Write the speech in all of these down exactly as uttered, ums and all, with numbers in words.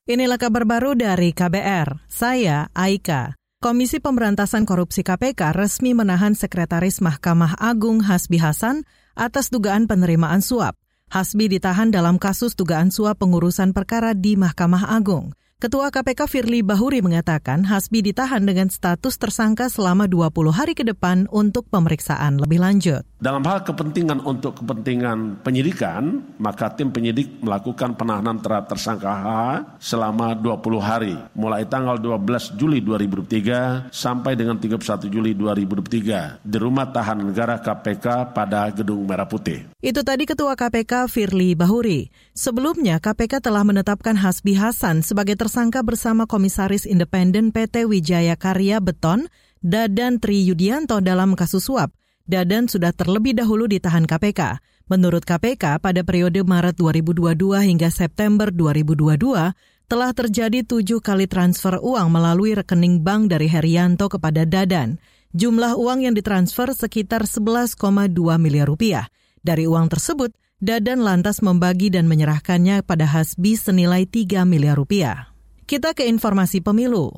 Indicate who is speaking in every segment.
Speaker 1: Inilah kabar baru dari K B R, saya Aika. Komisi Pemberantasan Korupsi K P K resmi menahan Sekretaris Mahkamah Agung Hasbi Hasan atas dugaan penerimaan suap. Hasbi ditahan dalam kasus dugaan suap pengurusan perkara di Mahkamah Agung. Ketua K P K Firly Bahuri mengatakan Hasbi ditahan dengan status tersangka selama dua puluh hari ke depan untuk pemeriksaan lebih lanjut.
Speaker 2: Dalam hal kepentingan untuk kepentingan penyidikan, maka tim penyidik melakukan penahanan terhadap tersangka H selama dua puluh hari, mulai tanggal dua belas Juli dua ribu dua puluh tiga sampai dengan tiga puluh satu Juli dua ribu dua puluh tiga di Rumah Tahanan Negara K P K pada Gedung Merah Putih.
Speaker 1: Itu tadi Ketua K P K Firly Bahuri. Sebelumnya K P K telah menetapkan Hasbi Hasan sebagai tersangka bersama Komisaris Independen P T Wijaya Karya Beton, Dadan Tri Yudianto dalam kasus suap. Dadan sudah terlebih dahulu ditahan K P K. Menurut K P K, pada periode Maret dua ribu dua puluh dua hingga September dua ribu dua puluh dua, telah terjadi tujuh kali transfer uang melalui rekening bank dari Herianto kepada Dadan. Jumlah uang yang ditransfer sekitar sebelas koma dua miliar rupiah. Dari uang tersebut, Dadan lantas membagi dan menyerahkannya pada Hasbi senilai tiga miliar rupiah. Kita ke informasi pemilu.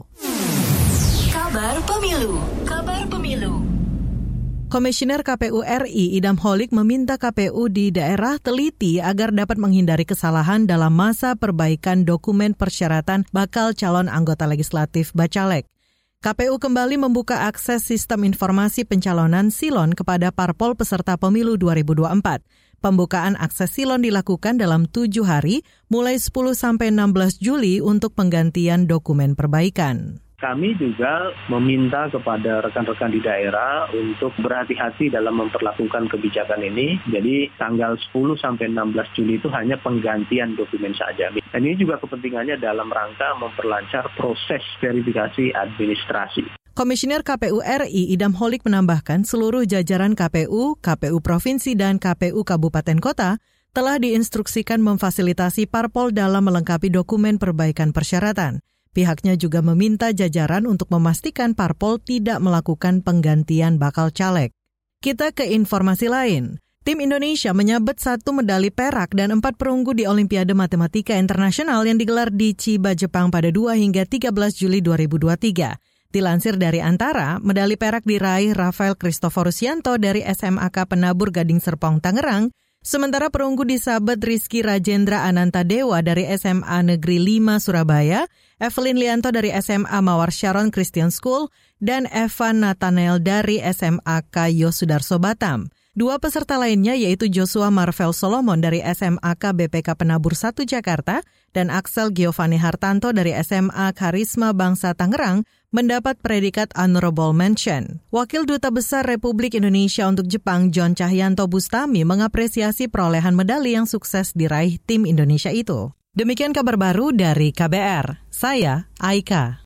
Speaker 3: Kabar Pemilu. Kabar Pemilu.
Speaker 1: Komisioner K P U R I Idam Holik meminta K P U di daerah teliti agar dapat menghindari kesalahan dalam masa perbaikan dokumen persyaratan bakal calon anggota legislatif Bacalek. K P U kembali membuka akses sistem informasi pencalonan Silon kepada parpol peserta pemilu dua ribu dua puluh empat. Pembukaan akses Silon dilakukan dalam tujuh hari, mulai sepuluh sampai enam belas Juli untuk penggantian dokumen perbaikan.
Speaker 4: Kami juga meminta kepada rekan-rekan di daerah untuk berhati-hati dalam memperlakukan kebijakan ini. Jadi tanggal sepuluh sampai enam belas Juli itu hanya penggantian dokumen saja. Dan ini juga kepentingannya dalam rangka memperlancar proses verifikasi administrasi.
Speaker 1: Komisioner K P U R I Idam Holik menambahkan seluruh jajaran K P U, K P U Provinsi dan K P U Kabupaten Kota telah diinstruksikan memfasilitasi parpol dalam melengkapi dokumen perbaikan persyaratan. Pihaknya juga meminta jajaran untuk memastikan parpol tidak melakukan penggantian bakal caleg. Kita ke informasi lain. Tim Indonesia menyabet satu medali perak dan empat perunggu di Olimpiade Matematika Internasional yang digelar di Chiba, Jepang pada dua hingga tiga belas Juli dua ribu dua puluh tiga. Dilansir dari Antara, medali perak diraih Rafael Kristoforusianto dari S M A K Penabur Gading Serpong, Tangerang, sementara perunggu disabet Rizky Rajendra Anantadewa dari S M A Negeri lima Surabaya, Evelyn Lianto dari S M A Mawar Sharon Christian School, dan Evan Nathanael dari S M A K Yosudarso Batam. Dua peserta lainnya yaitu Joshua Marvel Solomon dari S M A K B P K Penabur satu Jakarta dan Axel Giovanni Hartanto dari S M A Karisma Bangsa Tangerang mendapat predikat Honorable Mention. Wakil Duta Besar Republik Indonesia untuk Jepang John Cahyanto Bustami mengapresiasi perolehan medali yang sukses diraih tim Indonesia itu. Demikian kabar baru dari K B R. Saya Aika.